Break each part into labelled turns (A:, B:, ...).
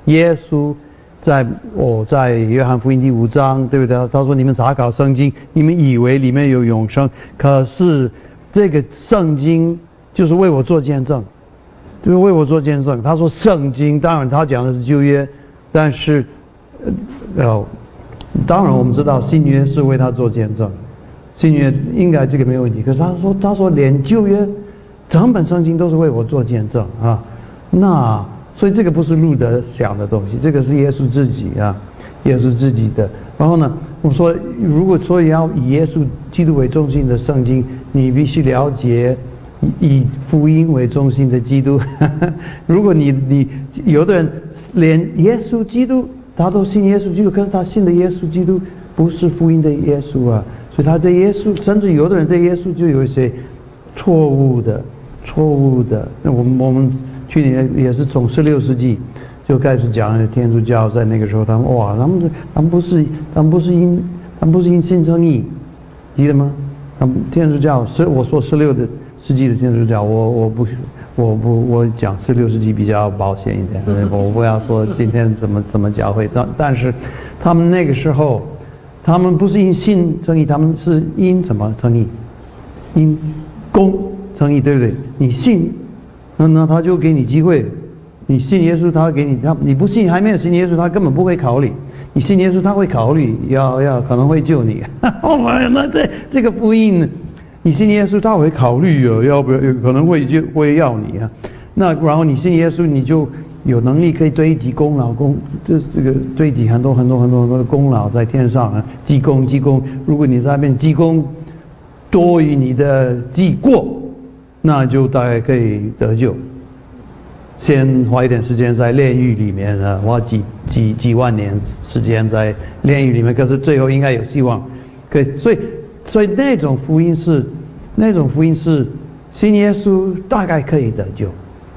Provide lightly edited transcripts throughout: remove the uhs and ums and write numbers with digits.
A: 耶稣在约翰福音第5章，对不对？他说你们查考圣经，你们以为里面有永生，可是这个圣经就是为我做见证，就是为我做见证。他说圣经，当然他讲的是旧约，但是当然我们知道新约是为他做见证，新约应该这个没有问题。可是他说连旧约整本圣经都是为我做见证啊，那所以这个不是路德想的东西，这个是耶稣自己啊，耶稣自己的。然后呢，我说如果说要以耶稣基督为中心的圣经，你必须了解以福音为中心的基督。如果你有的人连耶稣基督他都信耶稣基督，可是他信的耶稣基督不是福音的耶稣啊，所以他对耶稣，甚至有的人对耶稣就有一些错误的。那我们去年也是从16世纪就开始讲天主教，在那个时候他们不是因信称义，记得吗？他们天主教我说16世纪的天主教，我讲16世纪比较保险一点，我不要说今天怎么教会，但是他们那个时候，他们不是因信称义，他们是因什么称义？因公称义，对不对？你信，那他就给你机会。你信耶稣，他会给你；你不信，还没有信耶稣，他根本不会考虑。你信耶稣，他会考虑，可能会救你。那这个福音，你信耶稣，他会考虑要不要，可能会要你啊。那然后你信耶稣，你就有能力可以堆积功劳，这个堆积很多的功劳在天上啊，积功。如果你在那边积功多于你的积过，那就大概可以得救。先花一点时间在炼狱里面啊，花几万年时间在炼狱里面，可是最后应该有希望。可以，所以那种福音是信耶稣大概可以得救。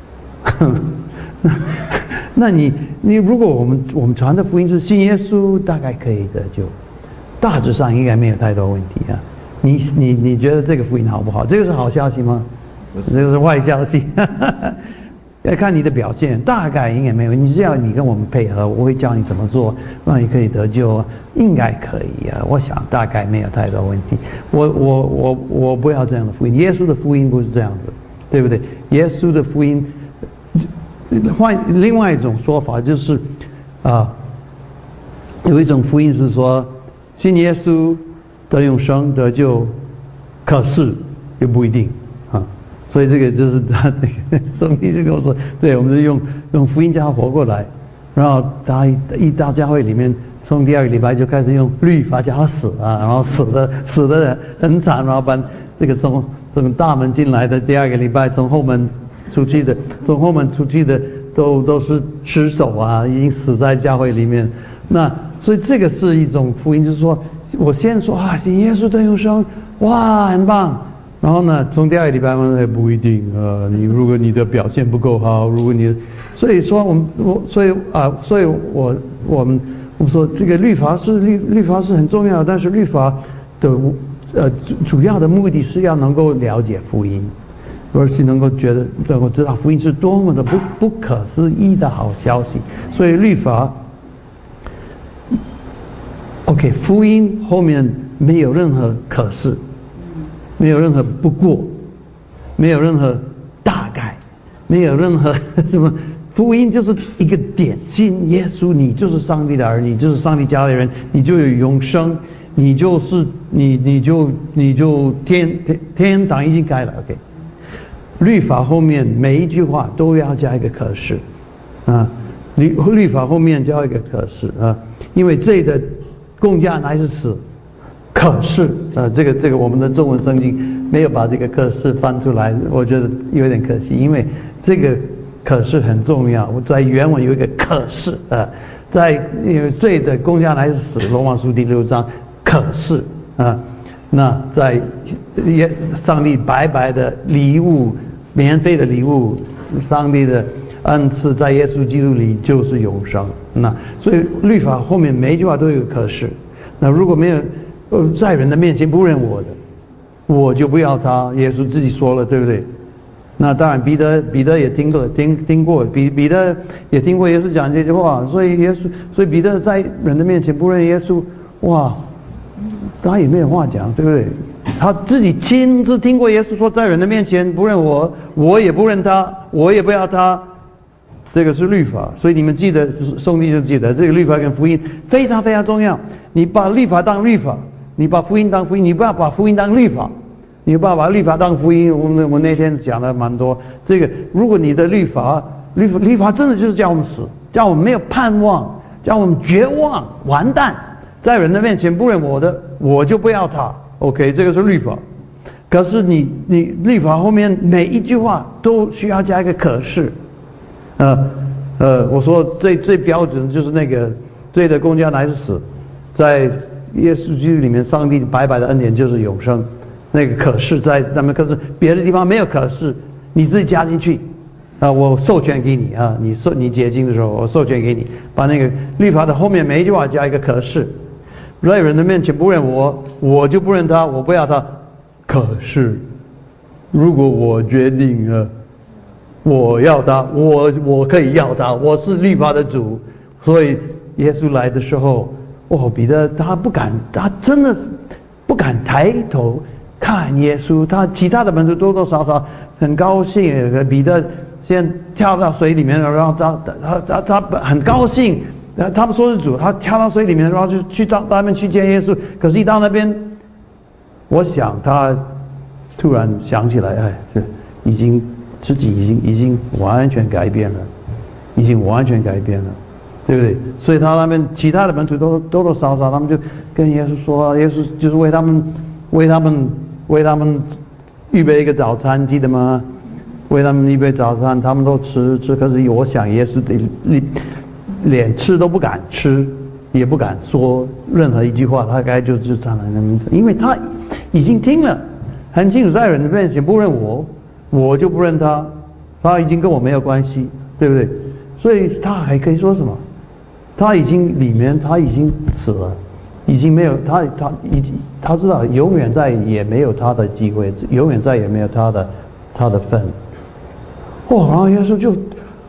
A: 那你如果我们传的福音是信耶稣大概可以得救，大致上应该没有太多问题啊。你觉得这个福音好不好？这个是好消息吗？这个是坏消息。要看你的表现，大概应该没有。你只要你跟我们配合，我会教你怎么做，让你可以得救，应该可以啊。我想大概没有太多问题。我不要这样的福音，耶稣的福音不是这样子，对不对？耶稣的福音，换另外一种说法就是有一种福音是说信耶稣得永生得救，可是也不一定啊。所以这个就是他那个圣经就跟我说，对，我们就用福音教活过来，然后他一到教会里面，从第2个礼拜就开始用律法教他死啊，然后死的很惨，然后把这个从大门进来的第2个礼拜，从后门出去的都是尸首啊，已经死在教会里面。那所以这个是一种福音，就是说我先说信耶稣得永生，哇，很棒。然后呢，从第2个礼拜也不一定你如果你的表现不够好，如果你，所以说我们说这个律法是很重要，但是律法的主要的目的是要能够了解福音，而是能够知道福音是多么的不可思议的好消息。所以律法 OK， 福音后面没有任何可是，没有任何不过，没有任何大概，没有任何什么。福音就是一个点，信耶稣，你就是上帝的儿女，你就是上帝家里人，你就有永生，你就天堂已经开了。OK， 律法后面每一句话都要加一个可是啊，律法后面加一个可是啊，因为这个公家乃是死。可是这个我们的中文圣经没有把这个可是翻出来，我觉得有点可惜，因为这个可是很重要。在原文有一个可是因为罪的公家乃是死，罗马书第6章，可是那在上帝白白的礼物，免费的礼物，上帝的恩赐在耶稣基督里就是永生。那所以律法后面每一句话都有可是。那如果没有在人的面前不认我的，我就不要他。耶稣自己说了，对不对？ 那当然，彼得也听过，彼得也听过耶稣讲这句话，所以彼得在人的面前不认耶稣，哇，他也没有话讲，对不对？他自己亲自听过耶稣说，在人的面前不认我，我也不认他，我也不要他。这个是律法，所以你们记得，兄弟就记得，这个律法跟福音非常非常重要。你把律法当律法，你把福音当福音，你不要把福音当律法。你不要把律法当福音，我那天讲的蛮多。这个，如果你的律法真的就是叫我们死，叫我们没有盼望，叫我们绝望，完蛋，在人的面前不认我的，我就不要他。OK， 这个是律法。可是你律法后面每一句话都需要加一个可是。我说最标准的就是那个罪的公价乃是死，在耶稣基督里面，上帝白白的恩典就是永生。那个可是在咱们可是别的地方没有可是，你自己加进去，我授权给你啊，你解经的时候我授权给你，把那个律法的后面每一句话加一个可是，在人的面前不认我，我就不认他，我不要他。可是如果我决定了我要他，我可以要他，我是律法的主，所以耶稣来的时候，彼得他真的是不敢抬头看耶稣，其他的门徒多多少少很高兴。彼得先跳到水里面，然后他很高兴，他们说是主，他跳到水里面，然后就去到他们去见耶稣。可是，一到那边，我想他突然想起来，自己已经完全改变了，已经完全改变了，对不对？所以他那边其他的门徒多多少少，他们就跟耶稣说，耶稣就是为他们预备一个早餐，记得吗？为他们预备早餐，他们都吃。可是我想耶稣连吃都不敢吃，也不敢说任何一句话，他该就是这样，因为他已经听了很清楚，在人的面前不认我就不认他，他已经跟我没有关系，对不对？所以他还可以说什么？他已经死了，已经没有他知道永远再也没有他的机会，永远再也没有他的份。然后耶稣就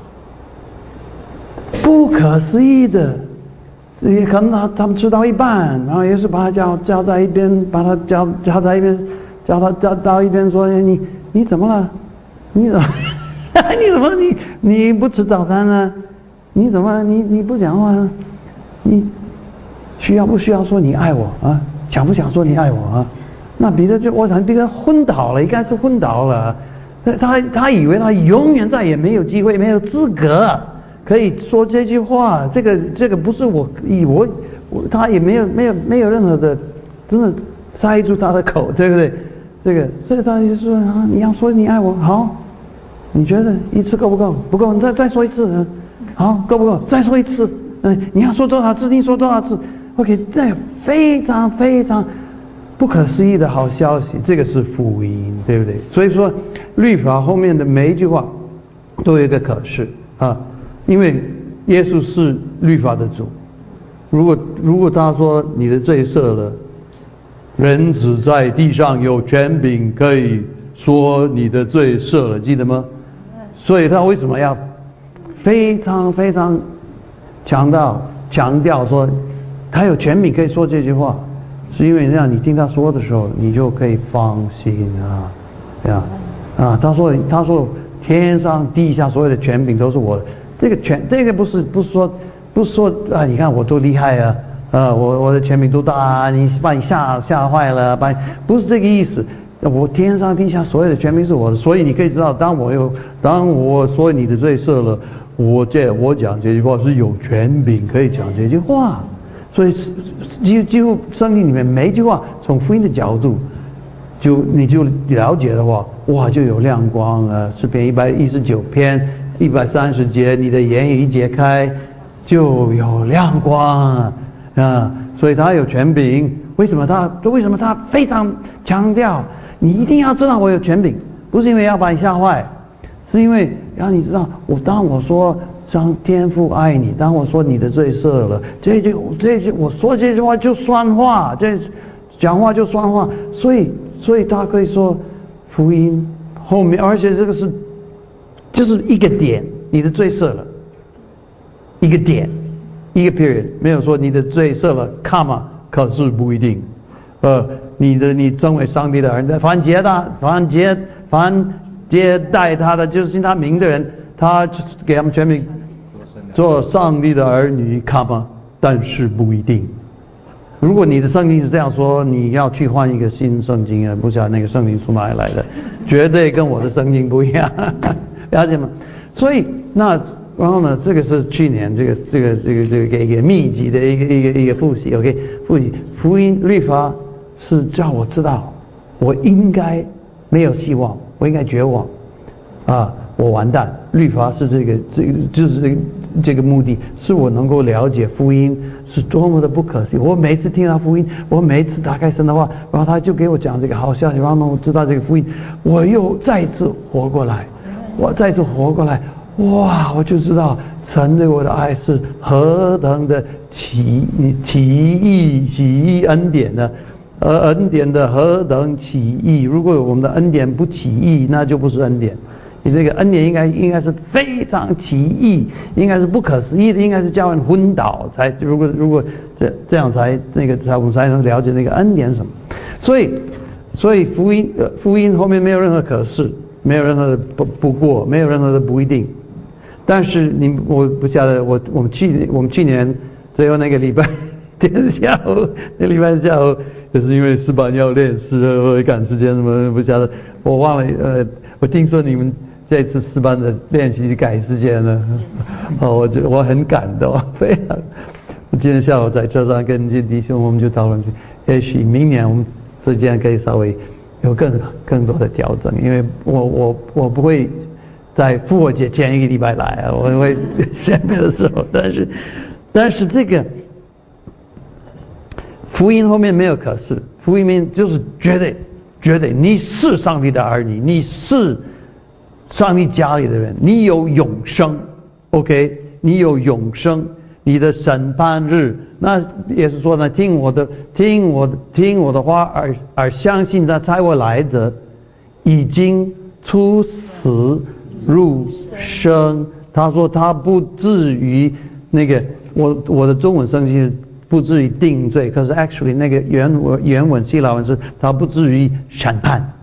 A: 不可思议的，也可能他们吃到一半，然后耶稣把他叫在一边，把他叫在一边，叫他到一边说：“你怎么了？你怎么？你怎么你不吃早餐呢？你怎么你不讲话呢？你需要不需要说你爱我啊？想不想说你爱我啊？”那彼得我想彼得昏倒了，应该是昏倒了。他以为他永远再也没有机会，没有资格可以说这句话。这个不是他也没有任何的真的塞住他的口，对不对？所以他就说你要说你爱我，好，你觉得一次够不够？不够，你再说一次，好，够不够？再说一次，你要说多少次？你说多少次 ？OK， 这非常非常不可思议的好消息，这个是福音，对不对？所以说，律法后面的每一句话都有一个可是啊，因为耶稣是律法的主。如果他说你的罪赦了，人子在地上有权柄可以说你的罪赦了，记得吗？所以他为什么要非常非常强调说他有权柄可以说这句话？是因为这样，你听他说的时候，你就可以放心啊，对吧？他说天上地下所有的权柄都是我的。这个不是说你看我多厉害啊，我的权柄多大啊，把你吓坏了，不是这个意思。我天上地下所有的权柄是我的，所以你可以知道，当我说你的罪赦了，我讲这句话是有权柄可以讲这句话。所以几乎圣经里面每一句话，从福音的角度，你就了解的话，哇，就有亮光了。诗篇119篇130节，你的言语一解开，就有亮光啊！所以他有权柄。为什么他非常强调？你一定要知道我有权柄，不是因为要把你吓坏，是因为让你知道，当我说天父爱你，当我说你的罪赦了，我说这句话就算话，讲话就算话，所以他可以说福音后面，而且这个是就是一个点，你的罪赦了，一个点，一个 period， 没有说你的罪赦了 comma， 可是不一定。你成为上帝的儿女，凡接待他的，就是信他名的人，他给他们全名做上帝的儿女 comma， 但是不一定。如果你的圣经是这样说，你要去换一个新圣经啊，不晓得那个圣经从哪里来的，绝对跟我的圣经不一样，了解吗？所以然后呢，这个是去年这个一个密集的一个复习 ，OK， 复习福音律法是叫我知道，我应该没有希望，我应该绝望，我完蛋。律法是就是这个目的，是我能够了解福音是多么的不可思议。我每次听到福音，我每次打开神的话，然后他就给我讲这个好消息，然后我知道这个福音，我又再次活过来，哇！我就知道神对我的爱是何等的奇异恩典的，恩典的何等奇异。如果我们的恩典不奇异，那就不是恩典。你这个恩典应该是非常奇异，应该是不可思议的，应该是叫人昏倒才。如果这样才我们才能了解那个恩典是什么。所以福音后面没有任何可是，没有任何的不过，没有任何的不一定。但是我不晓得，我们去年最后那个礼拜天下午，就是因为诗班要练诗，我赶时间什么不晓得，我忘了。我听说你们这次诗班的练习改时间了，我很感动，非常。我今天下午在车上跟弟兄，我们就讨论，也许明年我们时间可以稍微有更多的调整，因为我不会在复活节前一个礼拜来啊，我会选别的时候。但是这个福音后面没有可是，福音面就是绝对，你是上帝的儿女，你是上帝家里的人，你有永生 ，OK， 你有永生，你的审判日，那也是说呢，听我的话而相信他差我来者，已经出死入生。他说他不至于那个，我的中文圣经是不至于定罪，可是 actually 那个原文希腊文是他不至于审判。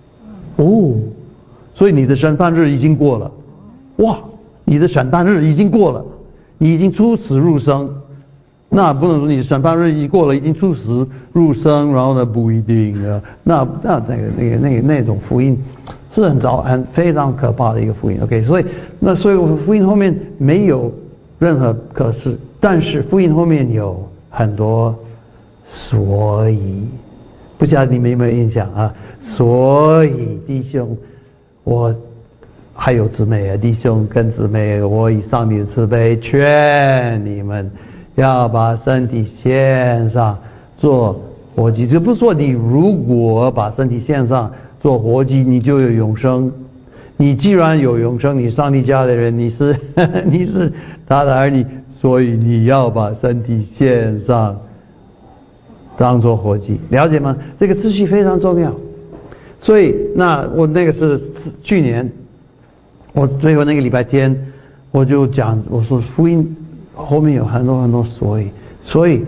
A: 所以你的审判日已经过了，哇！你的审判日已经过了，你已经出死入生。那不能说你的审判日已经过了，已经出死入生，然后呢不一定啊。那种福音是很非常可怕的一个福音。OK， 所以我福音后面没有任何可是，但是福音后面有很多所以，不晓得你们有没有印象啊？所以弟兄，我还有姊妹啊，弟兄跟姊妹，我以上帝的慈悲劝你们，要把身体献上做活祭。这不是说你如果把身体献上做活祭，你就有永生。你既然有永生，你上帝家的人，你是他的儿女，所以你要把身体献上当做活祭，了解吗？这个秩序非常重要。所以我那个是去年，我最后那个礼拜天我就讲，我说福音后面有很多很多所以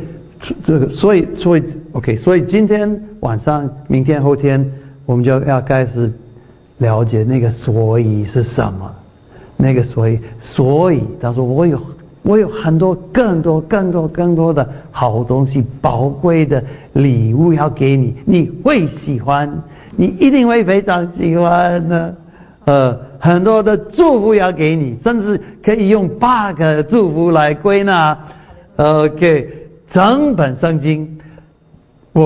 A: OK， 所以今天晚上、明天、后天我们就要开始了解那个所以是什么。那个所以他说我有很多更多的好东西，宝贵的礼物要给你，你会喜欢，你一定会非常喜欢的。很多的祝福要给你，甚至可以用8个祝福来归纳。OK， 整本圣经，我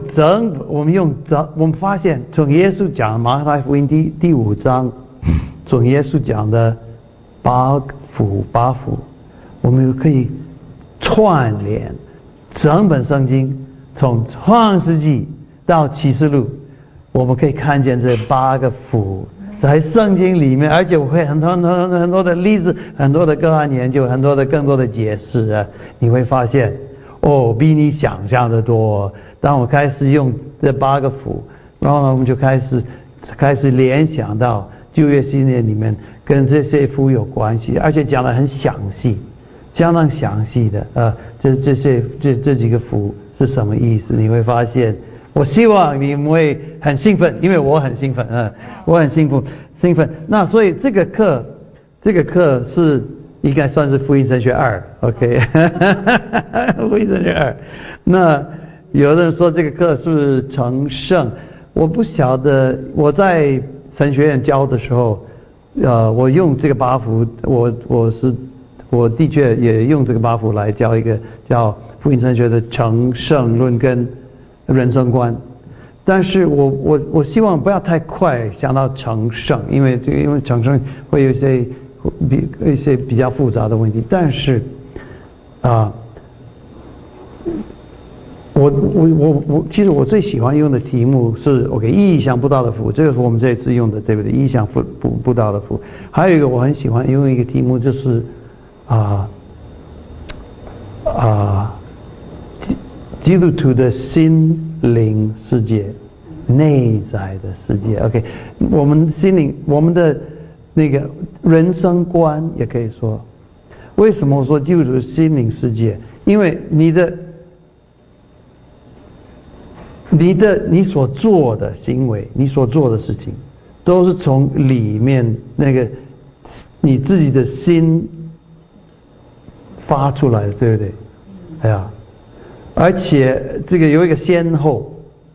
A: 们发现从耶稣讲马太福音第5章，从耶稣讲的八福，我们可以串联整本圣经，从创世纪到启示录，我们可以看见这8个福在圣经里面，而且我会很多的例子，很多的个案研究，更多的解释啊，你会发现比你想象的多。当我开始用这8个福，然后呢，我们就开始联想到旧约新约里面跟这些福有关系，而且讲得很详细，相当详细的这几个福是什么意思？你会发现，我希望你们会很兴奋，因为我很兴奋我很兴奋。那所以这个课是应该算是福音神学2 ，OK， 福音神学2。那有的人说这个课是成圣，我不晓得。我在神学院教的时候，我用这个8福，我的确也用这个8福来教一个叫福音神学的成圣论跟人生观。但是我希望不要太快想到成圣，因为成圣会有一些比较复杂的问题。但是其实我最喜欢用的题目是 OK 意想不到的福，这个是我们这次用的，对不对？意想不到的福。还有一个我很喜欢用一个题目，就是基督徒的心灵世界，内在的世界。OK， 我们心灵，我们的那个人生观也可以说。为什么我说基督徒的心灵世界？因为你所做的行为，你所做的事情，都是从里面那个你自己的心发出来的，对不对？哎呀，而且这个有一个先后，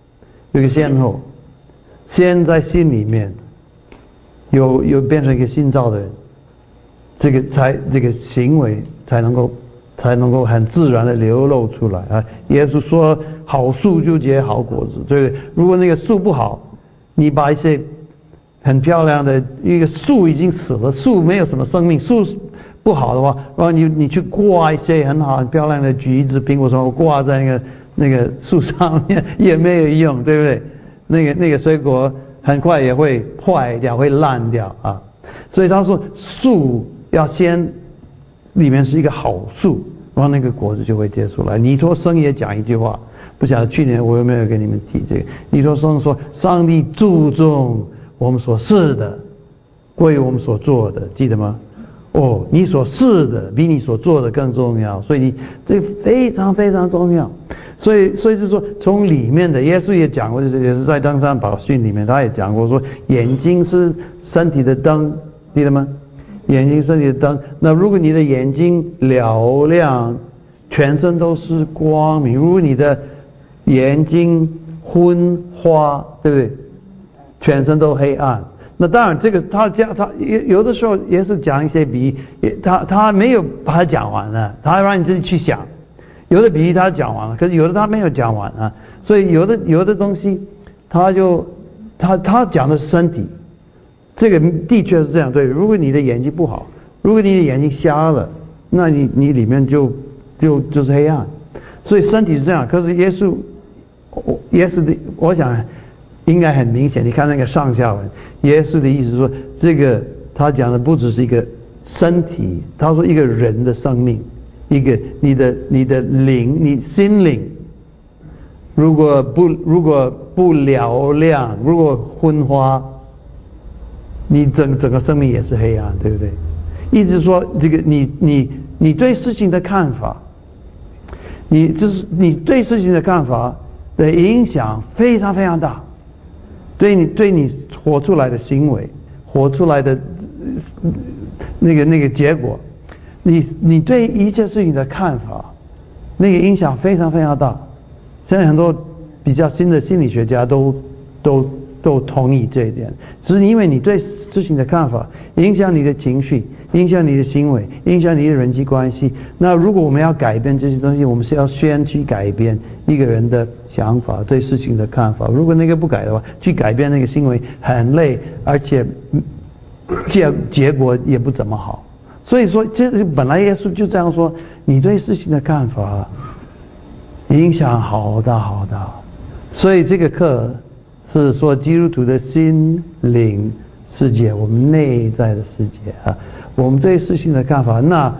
A: 先在心里面有变成一个新造的人，这个行为才能够很自然的流露出来啊！耶稣说：“好树就结好果子，对不对？如果那个树不好，你把一些很漂亮的一个树已经死了，树没有什么生命，树不好的话，然后你去挂一些很好很漂亮的橘子、苹果什么挂在那个树上面也没有用，对不对？那个水果很快也会坏掉，会烂掉啊！所以他说，树要先里面是一个好树，然后那个果子就会结出来。尼托生也讲一句话，不晓得去年我有没有跟你们提这个？尼托生说，上帝注重我们所是的，过于我们所做的，记得吗？哦，你所是的比你所做的更重要，所以这非常非常重要。所以就是说，从里面的，耶稣也讲过，也是在登山宝训里面，他也讲过说，眼睛是身体的灯，记得吗？眼睛身体的灯。那如果你的眼睛嘹亮，全身都是光明；如果你的眼睛昏花，对不对？全身都黑暗。那当然，这个他有的时候也是讲一些比喻，他没有把它讲完了，他让你自己去想。有的比喻他讲完了，可是有的他没有讲完啊。所以有的东西，他讲的是身体，这个的确是这样。对，如果你的眼睛不好，如果你的眼睛瞎了，那你里面就是黑暗。所以身体是这样，可是耶稣的，我想应该很明显。你看那个上下文，耶稣的意思是说，这个他讲的不只是一个身体，他说一个人的生命，一个你的灵，你心灵，如果不嘹亮，如果昏花，你整个生命也是黑暗，对不对？意思是说，这个你对事情的看法，你对事情的看法的影响非常非常大，对你活出来的行为，活出来的那个结果，你对一切事情的看法，那个影响非常非常大。现在很多比较新的心理学家都同意这一点，只是因为你对事情的看法影响你的情绪，影响你的行为，影响你的人际关系。那如果我们要改变这些东西，我们是要先去改变一个人的想法，对事情的看法。如果那个不改的话，去改变那个行为很累，而且结果也不怎么好。所以说，这本来耶稣就这样说，你对事情的看法影响好大好大。所以这个课是说基督徒的心灵世界，我们内在的世界啊，我们对事情的看法。那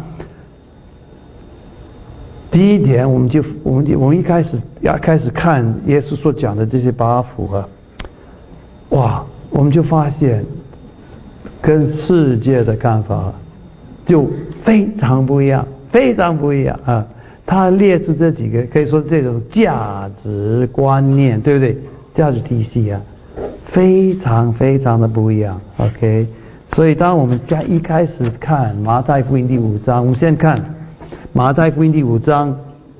A: 第一点，我们一开始要开始看耶稣所讲的这些8福啊，哇，我们就发现跟世界的看法就非常不一样，非常不一样啊！他列出这几个，可以说这种价值观念，对不对？价值体系啊，非常非常的不一样。OK， 所以当我们一开始看马太福音第5章，我们先看马太福音第5章，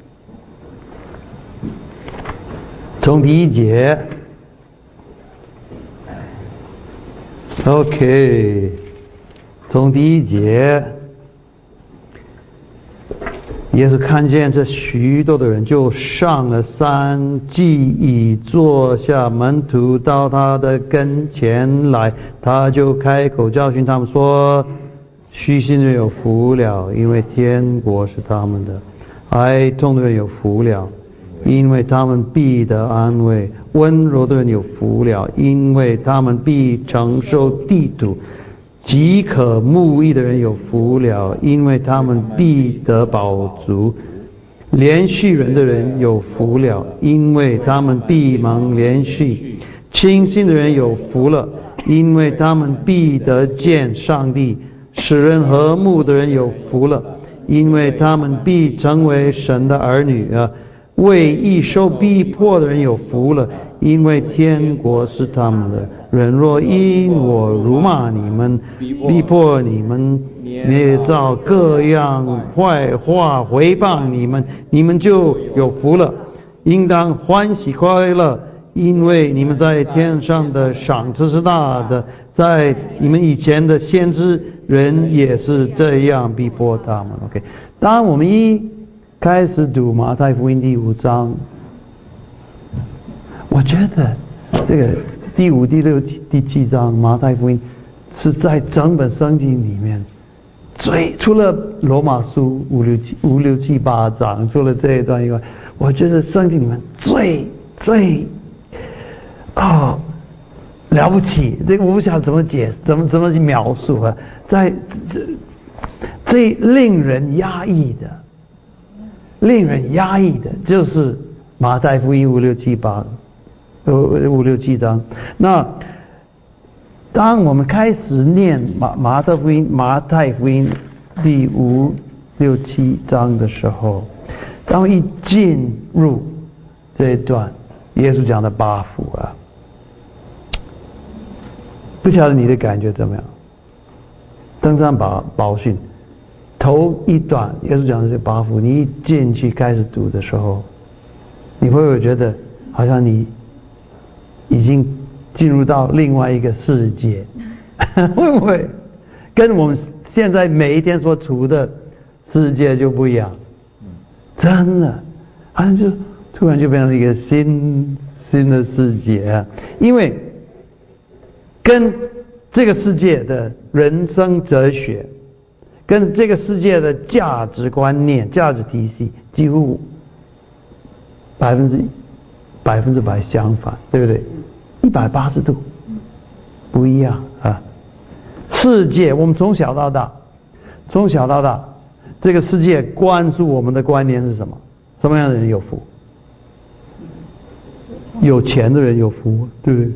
A: 从第1节。OK， 从第1节，耶稣看见这许多的人，就上了山，既已坐下，门徒到他的跟前来，他就开口教训他们说：虚心的人有福了，因为天国是他们的；哀痛的人有福了，因为他们必得安慰；温柔的人有福了，因为他们必承受地土；饥渴慕义的人有福了，因为他们必得饱足；连续人的人有福了，因为他们必蒙连续；清心的人有福了，因为他们必得见上帝；使人和睦的人有福了，因为他们必成为神的儿女啊。为义受逼迫的人有福了，因为天国是他们的。人若因我辱骂你们，逼迫你们，捏造各样坏话毁谤你们，你们就有福了。应当欢喜快乐，因为你们在天上的赏赐是大的。在你们以前的先知人也是这样逼迫他们。OK， 当我们开始读马太福音第5章，我觉得这个第5、第6、第7章马太福音是在整本圣经里面除了罗马书5、6、7、8章，除了这一段以外，我觉得圣经里面最了不起，这个我不晓得怎么解释，怎么去描述啊，在最令人压抑的就是马太福音5、6、7、8、5、6、7章。那当我们开始念马太福音第5、6、7章的时候，当一进入这一段耶稣讲的8福啊，不晓得你的感觉怎么样？登山宝训头一段耶稣讲的这8福，你一进去开始读的时候，你会不会觉得好像你已经进入到另外一个世界？会不会跟我们现在每一天所处的世界就不一样？真的，好像就突然就变成一个新的世界啊！因为跟这个世界的人生哲学，跟这个世界的价值观念、价值体系几乎100%相反，对不对？180度不一样啊！世界，我们从小到大，这个世界灌输我们的观念是什么？什么样的人有福？有钱的人有福，对不对？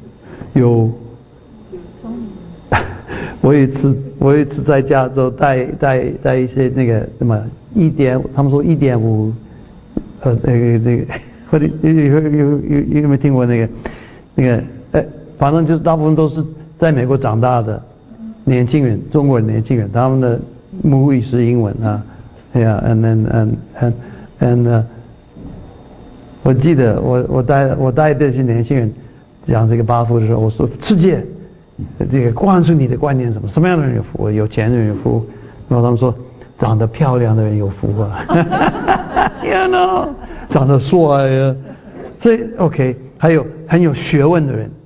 A: 我有一次在加州带一些那个什么他们说1.5，那个，或者有没有听过那个反正就是大部分都是在美国长大的年轻人，中国年轻人，他们的母语是英文啊，对呀 ，and 我记得我带这些年轻人讲这个8福的时候，我说世界这个灌输你的观念是什么样的人有福？有钱的人有福，然后他们说长得漂亮的人有福啊，you know， 长得帅啊，所以 OK， 还有很有学问的人，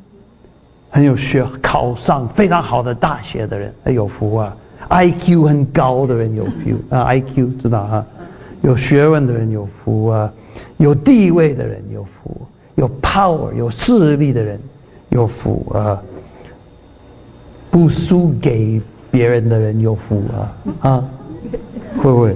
A: 考上非常好的大学的人有福啊 ，IQ 很高的人有福啊 ，IQ 知道啊，有学问的人有福啊，有地位的人有福，有 power 有势力的人有福啊。不输给别人的人有福啊，会不会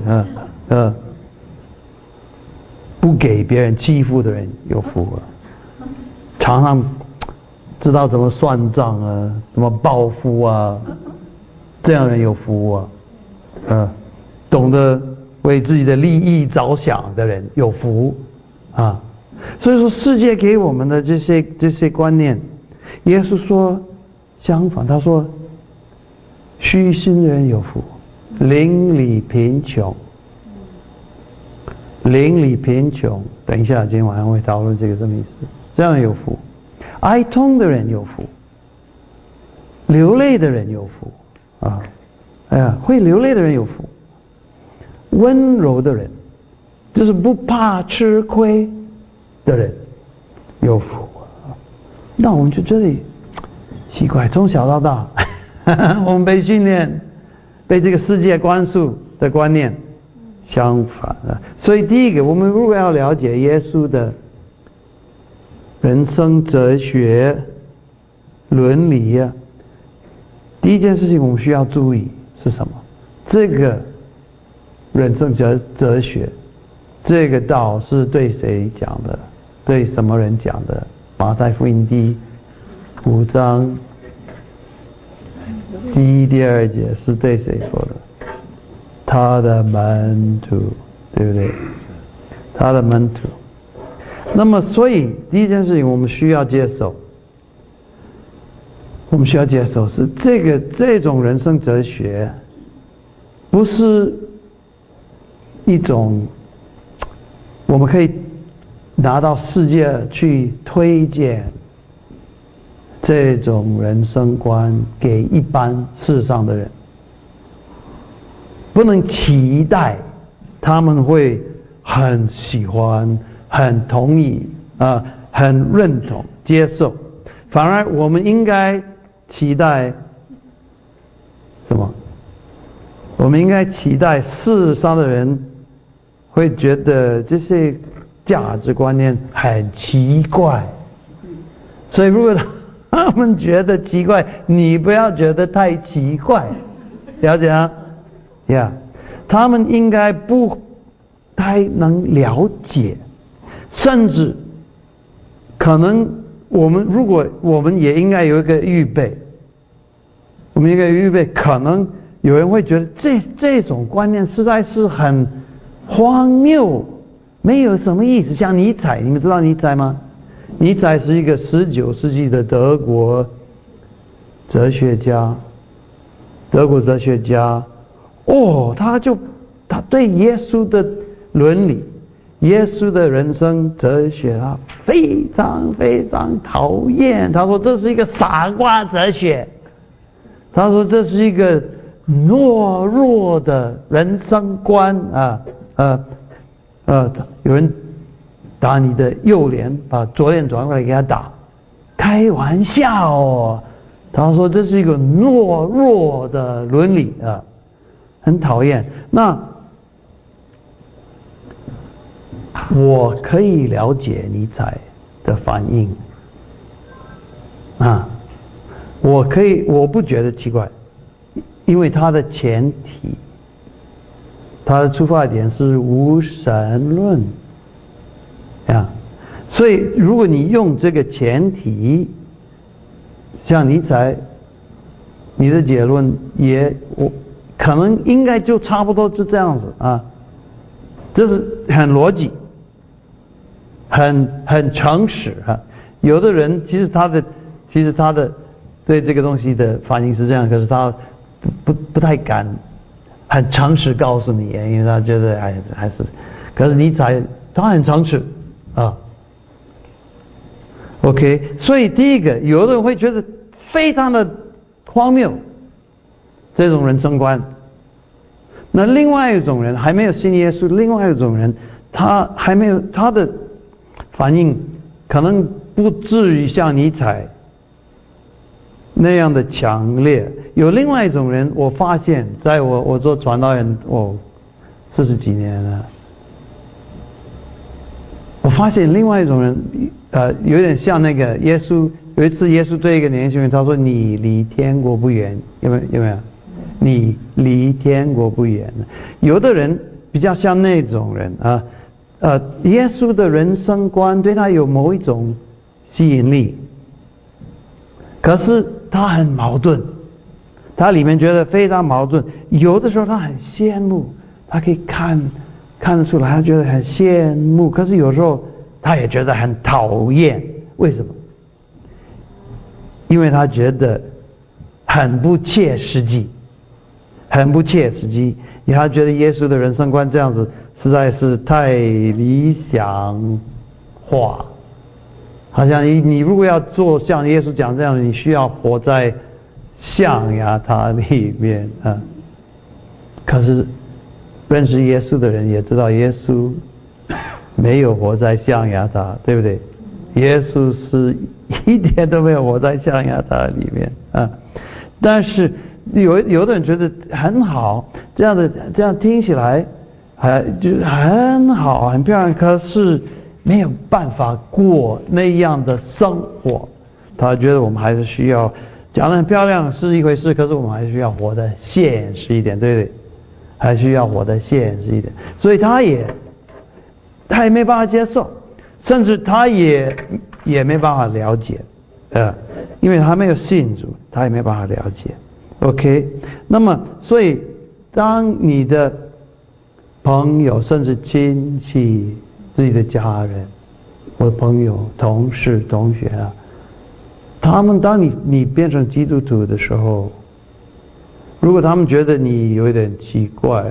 A: 不给别人欺负的人有福啊，常常知道怎么算账啊，怎么报复啊，这样人有福啊。懂得为自己的利益着想的人有福啊。所以说，世界给我们的这些观念，耶稣说相反，他说虚心的人有福，邻里贫穷。邻里贫穷，等一下今天晚上会讨论这个什么意思。这样有福，哀痛的人有福，流泪的人有福啊！会流泪的人有福，温柔的人，就是不怕吃亏的人有福。那我们就这里奇怪，从小到大，我们被训练，被这个世界灌输的观念相反了。所以第一个，我们如果要了解耶稣的人生哲学伦理啊，第一件事情我们需要注意是什么？这个人生哲学，这个道是对谁讲的？对什么人讲的？马太福音第5章第1、第2节是对谁说的？他的门徒，对不对？他的门徒。那么，所以第一件事情我们需要接受，是这种人生哲学，不是一种我们可以拿到世界去推荐这种人生观给一般世上的人，不能期待他们会很喜欢、很同意很认同、接受。反而我们应该期待什么？我们应该期待世上的人会觉得这些价值观念很奇怪。所以如果他们觉得奇怪，你不要觉得太奇怪，了解啊？他们应该不太能了解，甚至可能如果我们也应该有一个预备，可能有人会觉得这种观念实在是很荒谬，没有什么意思。像尼采，你们知道尼采吗？尼采是一个19世纪的德国哲学家。他对耶稣的伦理、耶稣的人生哲学，他非常非常讨厌。他说这是一个傻瓜哲学，他说这是一个懦弱的人生观有人打你的右脸，把左脸转过来给他打，开玩笑哦。他说这是一个懦弱的伦理很讨厌。那我可以了解尼采的反应我不觉得奇怪，因为他的前提，他的出发点是无神论所以如果你用这个前提，像尼采，你的结论可能应该就差不多是这样子这是很逻辑，很诚实有的人其实他的对这个东西的反应是这样，可是他不太敢很诚实告诉你，因为他觉得还是，可是尼采他很诚实OK， 所以第一个，有的人会觉得非常的荒谬，这种人生观。那另外一种人还没有信耶稣，另外一种人他还没有，他的反应可能不至于像尼采那样的强烈。有另外一种人，我发现在我做传道人40几年了，我发现另外一种人有点像那个耶稣。有一次耶稣对一个年轻人他说，你离天国不远，有没有？你离天国不远。有的人比较像那种人耶稣的人生观对他有某一种吸引力， 可是他很矛盾，他里面觉得非常矛盾。有的时候他很羡慕，他可以看得出来，他觉得很羡慕。可是有时候他也觉得很讨厌，为什么？因为他觉得很不切实际，很不切实际。因为他觉得耶稣的人生观这样子实在是太理想化，好像你如果要做像耶稣讲这样，你需要活在象牙塔里面啊。可是认识耶稣的人也知道，耶稣没有活在象牙塔，对不对？耶稣是一点都没有活在象牙塔里面啊。但是有的人觉得很好，这样听起来就是很好很漂亮，可是没有办法过那样的生活。他觉得我们还是需要讲得很漂亮是一回事，可是我们还是需要活得现实一点，对不对？还需要活得现实一点，所以他也没办法接受，甚至他也没办法了解，因为他没有信主，他也没办法了解。OK， 那么所以当你的朋友甚至亲戚、自己的家人，我的朋友、同事、同学啊，他们当你变成基督徒的时候，如果他们觉得你有一点奇怪，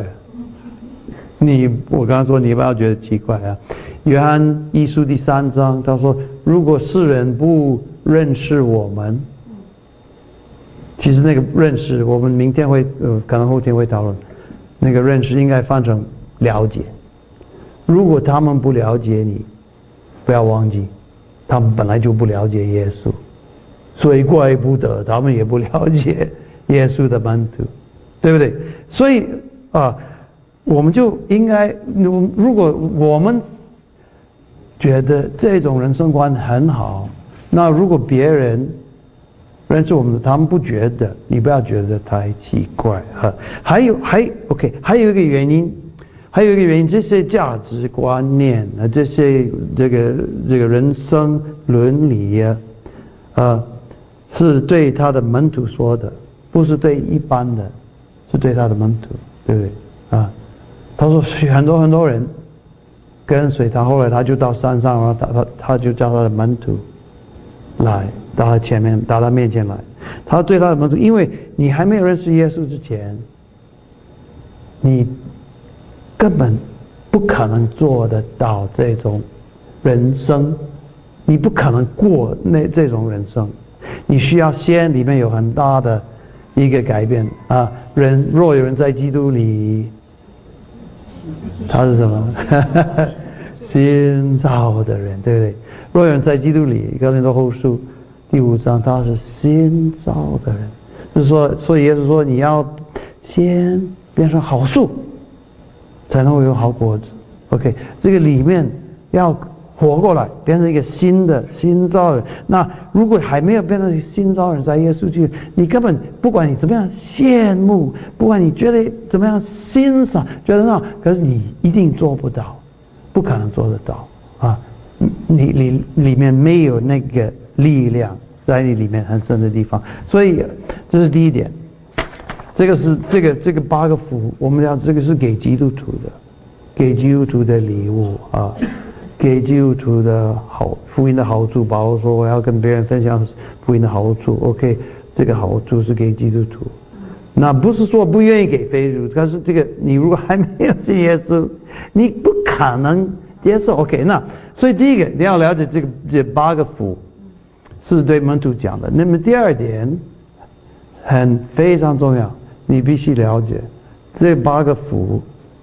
A: 我刚刚说你不要觉得奇怪啊。约翰一书第3章他说，如果世人不认识我们，其实那个认识，我们明天会可能后天会讨论，那个认识应该翻成了解。如果他们不了解你，不要忘记，他们本来就不了解耶稣，所以怪不得他们也不了解耶稣的门徒，对不对？所以我们就应该，如果我们觉得这种人生观很好，那如果别人认识我们，他们不觉得，你不要觉得太奇怪啊。还有一个原因，这些价值观念啊，这些这个人生伦理啊，是对他的门徒说的，不是对一般的，是对他的门徒，对不对啊？他说很多人跟随他，后来他就到山上，然后他就叫他的门徒来到他面前来。他对他的门徒，因为你还没有认识耶稣之前，你根本不可能做得到这种人生，你不可能过这种人生，你需要先里面有很大的一个改变啊。若有人在基督里，他是什么？新造的人，对不对？若有人在基督里，哥林多后书第5章，他是新造的人，就是说，所以耶稣说你要先变成好树，才能够有好果子。OK， 这个里面要活过来，变成一个新造人。那如果还没有变成新造人，在耶稣去，你根本不管你怎么样羡慕，不管你觉得怎么样欣赏，觉得那，可是你一定做不到，不可能做得到啊！你里面没有那个力量在你里面很深的地方，所以这是第一点。这个是这个8个福，我们讲这个是给基督徒的，给基督徒的礼物啊，给基督徒的福音的好处。保罗说我要跟别人分享福音的好处 ，OK， 这个好处是给基督徒。那不是说不愿意给非基督徒，但是这个你如果还没有信耶稣，你不可能接受 OK。那所以第一个你要了解这8个福是对门徒讲的。那么第二点非常重要，你必须了解这8个福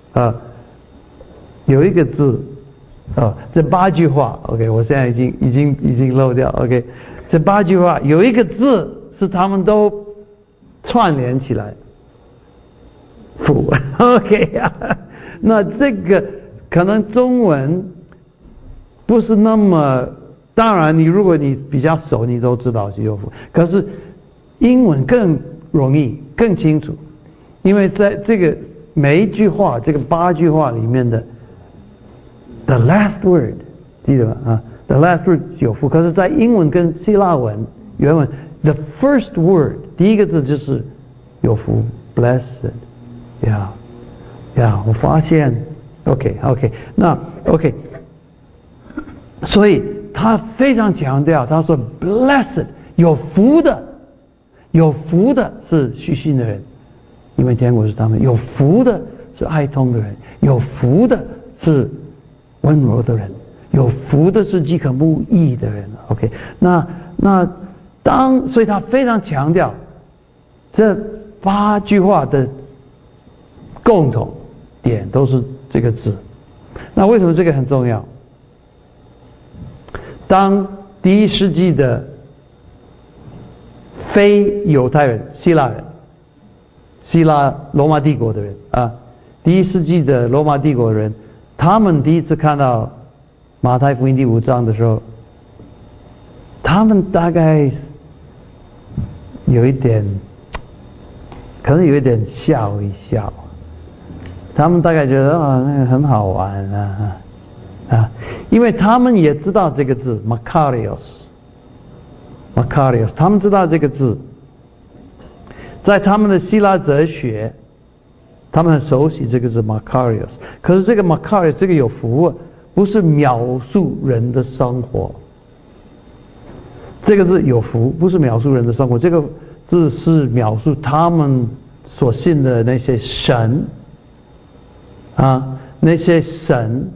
A: 有一个字这8句话 OK， 我现在已经漏掉 OK， 这8句话有一个字是他们都串联起来，福 OK 那这个可能中文不是那么，当然如果你比较熟，你都知道是有福，可是英文更容易更清楚，因为在这个每一句话，这个8句话里面的 the last word 记得吗？The last word 有福，可是在英文跟希腊文原文 the first word 第一个字就是有福 blessed， 我发现 OK， 那 OK， 所以他非常强调，他说 blessed 有福的是虚心的人，因为天国是他们；有福的是爱痛的人，有福的是温柔的人，有福的是饥渴慕义的人。OK， 所以他非常强调这8句话的共同点都是这个字。那为什么这个很重要？当第1世纪的非犹太人、希腊罗马帝国的人啊，第1世纪的罗马帝国人，他们第一次看到马太福音第5章的时候，他们大概可能有一点笑一笑，他们大概觉得那个很好玩啊，因为他们也知道这个字 Makarios， 他们知道这个字，在他们的希腊哲学，他们很熟悉这个字 Makarios。可是这个 Makarios 这个有福，不是描述人的生活。这个字有福，不是描述人的生活，这个字是描述他们所信的那些神那些神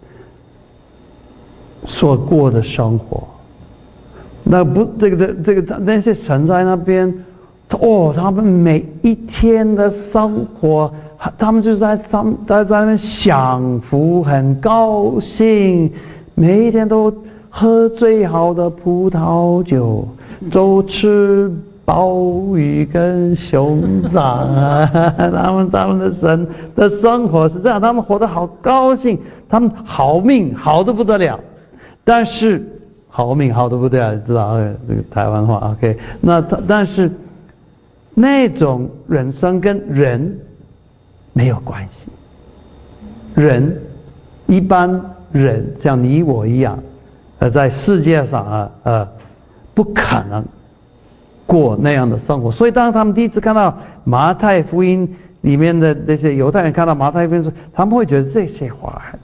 A: 所过的生活。那些神在那边，他们每一天的生活，他们就在那边享福，很高兴，每一天都喝最好的葡萄酒，都吃鲍鱼跟熊掌他们的神的生活是这样，他们活得好高兴，他们好命好得不得了，但是好命好得不得了，知道这个台湾话 OK？ 但是那种人生跟人没有关系，一般人像你我一样，在世界上不可能过那样的生活。所以当他们第一次看到马太福音里面的那些犹太人看到马太福音时，他们会觉得这些话很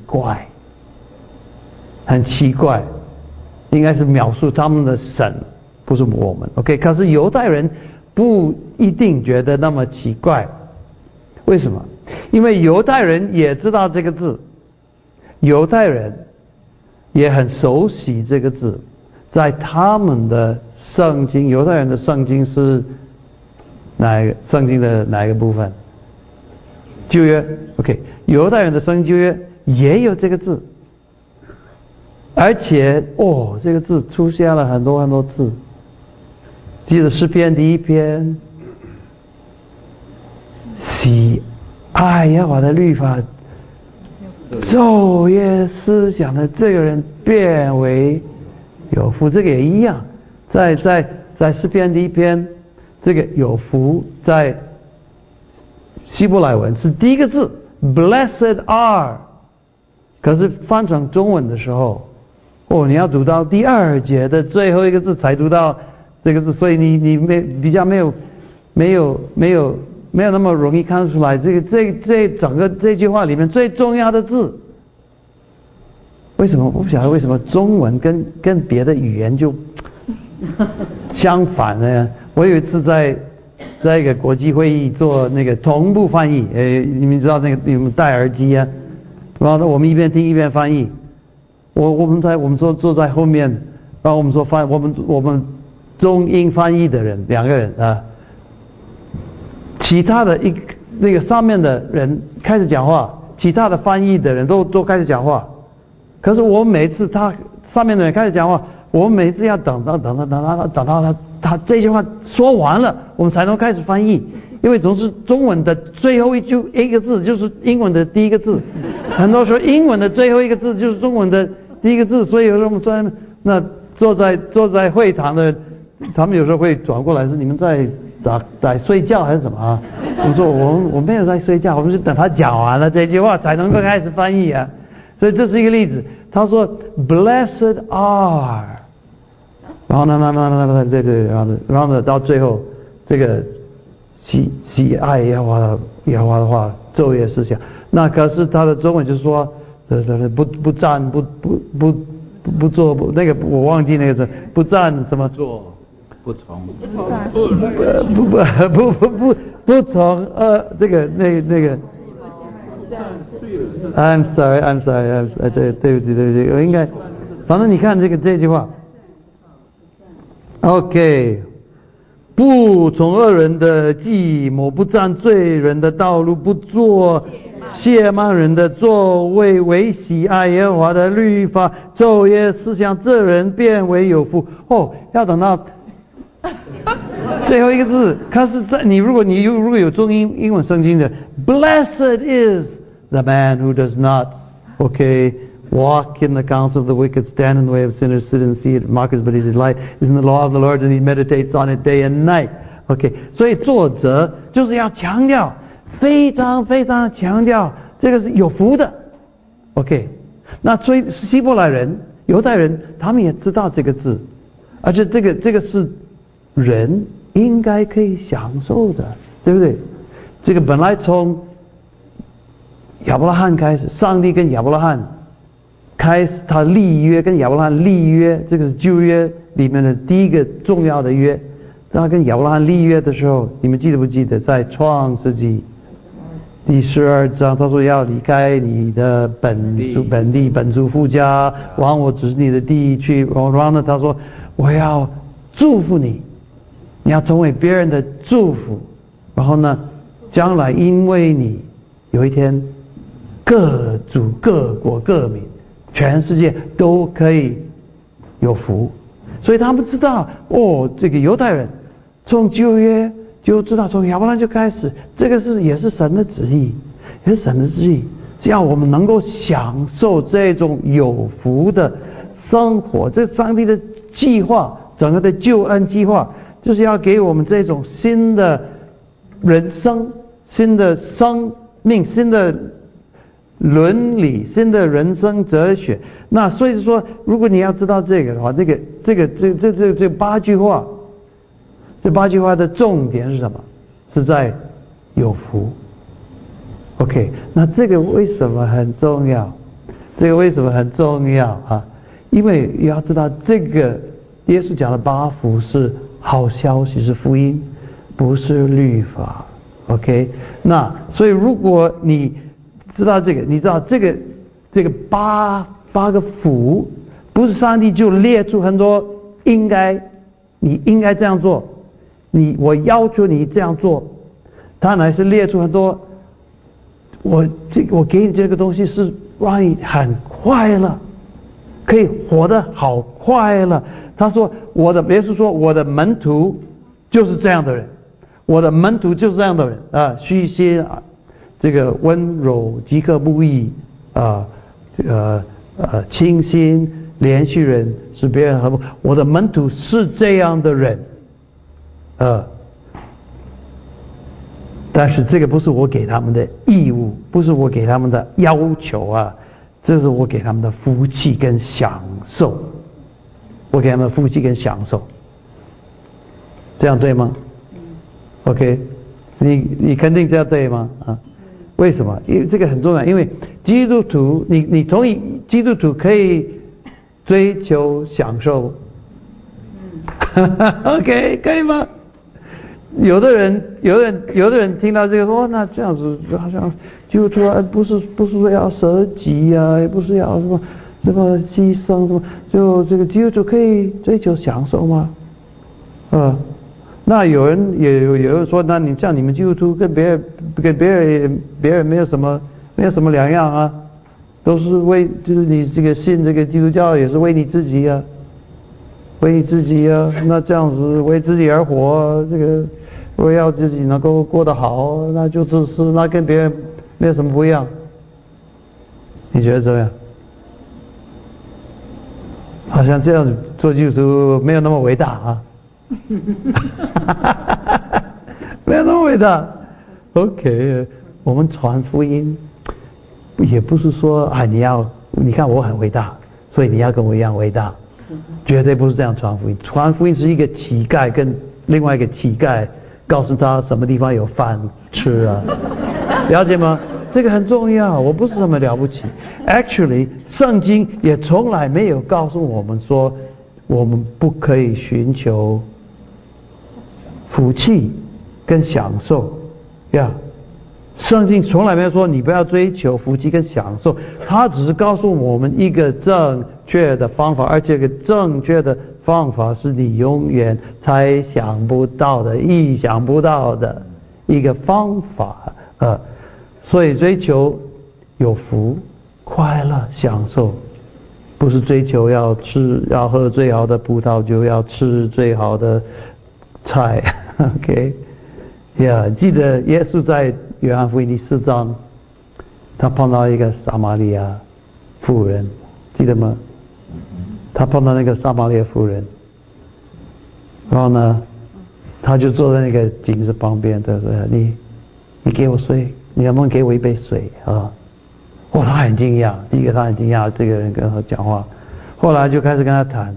A: 奇怪，应该是描述他们的神，不是我们 OK？ 可是犹太人不一定觉得那么奇怪，为什么？因为犹太人也知道这个字，犹太人也很熟悉这个字，在他们的圣经，犹太人的圣经是圣经的哪一个部分？旧约 OK， 犹太人的圣经旧约也有这个字，而且这个字出现了很多很多次。记得诗篇第1篇，喜爱耶和华的律法，昼夜思想的这个人变为有福。这个也一样，在诗篇第1篇，这个有福在希伯来文是第一个字 Blessed are， 可是翻成中文的时候，你要读到第2节的最后一个字才读到这个字，所以你比较没有那么容易看出来这整个这句话里面最重要的字。为什么？我不晓得为什么中文跟别的语言就相反呢？我有一次在一个国际会议做那个同步翻译，你们知道那个你们戴耳机啊，然后我们一边听一边翻译。我们坐在后面，然后我们说我们中英翻译的人2个人啊，其他的那个上面的人开始讲话，其他的翻译的人都开始讲话。可是我每次他上面的人开始讲话，我们每次要等到他这句话说完了，我们才能开始翻译，因为总是中文的最后一个字就是英文的第一个字，很多时候英文的最后一个字就是中文的第一个字，所以有时候我们坐在会堂的，他们有时候会转过来说：“你们在睡觉还是什么啊？”我说：“我没有在睡觉，我们是等他讲完了这句话才能够开始翻译啊。”所以这是一个例子。他说 ：“Blessed are 然后呢，对，然后呢，到最后这个喜爱耶和华的话，昼夜思想。那可是他的中文就是说，不占不做那个我忘记那个字，不占什么
B: 做不从
A: 不从这个那个。I'm sorry， 对不起，我应该，反正你看这句话 ，OK， 不从恶人的计谋，不占罪人的道路，不做亵慢人的座位，为喜爱耶和华的律法，昼夜思想，这人变为有福。哦，要等到最后一个字，它是在如果有中英文圣经的 ，Blessed is the man who does not, okay, walk in the counsel of the wicked, stand in the way of sinners, sit and see it, Marcus, but his light is in the law of the Lord, and he meditates on it day and night. OK， 所以作者就是要强调，非常非常强调这个是有福的。OK， 那所以希伯来人、犹太人他们也知道这个字，而且这个是人应该可以享受的，对不对？这个本来从亚伯拉罕开始，上帝跟亚伯拉罕开始他立约，跟亚伯拉罕立约，这个是旧约里面的第一个重要的约。他跟亚伯拉罕立约的时候，你们记得不记得在创世纪第12章，他说要离开你的本地本族父家，往我指示你的地去。然后呢，他说我要祝福你，你要成为别人的祝福。然后呢，将来因为你有一天各族各国各民，全世界都可以有福。所以他们知道这个犹太人从旧约就知道，从亚伯拉罕就开始，这个也是神的旨意，也是神的旨意，是要我们能够享受这种有福的生活。这上帝的计划，整个的救恩计划，就是要给我们这种新的人生、新的生命、新的伦理、新的人生哲学。那所以说，如果你要知道这个的话，这八句话，这八句话的重点是什么？是在有福。OK， 那这个为什么很重要？这个为什么很重要啊？因为要知道，这个耶稣讲的八福是好消息，是福音，不是律法。OK， 那所以如果你知道这个，你知道这个八个福，不是上帝就列出很多你应该这样做，我要求你这样做，他乃是列出很多，我给你这个东西是让你很快乐，可以活得好快乐。他说耶稣说我的门徒就是这样的人，我的门徒就是这样的人啊，虚心这个温柔，饥渴慕义，清心怜恤人，使别人和睦。我的门徒是这样的人，但是这个不是我给他们的义务，不是我给他们的要求啊，这是我给他们的福气跟享受，我给他们的福气跟享受，这样对吗 ？OK， 你肯定这样对吗？啊？为什么？因为这个很重要，因为基督徒，你同意基督徒可以追求享受？OK， 可以吗？有的人听到这个说，那这样子好像基督徒不是说要舍己啊，也不是要什么牺牲什么，就这个基督徒可以追求享受吗？那有人说，那你像你们基督徒跟别人没有什么两样啊，都是就是你这个信这个基督教也是为你自己啊，那这样子为自己而活，这个为要自己能够过得好，那就自私，那跟别人没有什么不一样。你觉得怎么样？好像这样子做基督徒没有那么伟大啊。没有那么伟大。OK， 我们传福音也不是说你看我很伟大，所以你要跟我一样伟大。 绝对不是这样传福音。传福音是一个乞丐跟另外一个乞丐告诉他什么地方有饭吃啊，了解吗？这个很重要。我不是什么了不起。Actually， 圣经也从来没有告诉我们说，我们不可以寻求福气跟享受呀。圣经从来没有说你不要追求福气跟享受，它只是告诉我们一个正确的方法，而且这个正确的方法是你永远猜想不到的、意想不到的一个方法。所以追求有福、快乐、享受，不是追求要喝最好的葡萄酒，要吃最好的菜。OK， 记得耶稣在约翰福音第4章，他碰到一个撒玛利亚妇人，记得吗？他碰到那个撒玛利亚妇人，然后呢，他就坐在那个井子旁边，他说：“你给我水，你能不能给我一杯水啊？”他很惊讶，第一个他很惊讶这个人跟他讲话，后来就开始跟他谈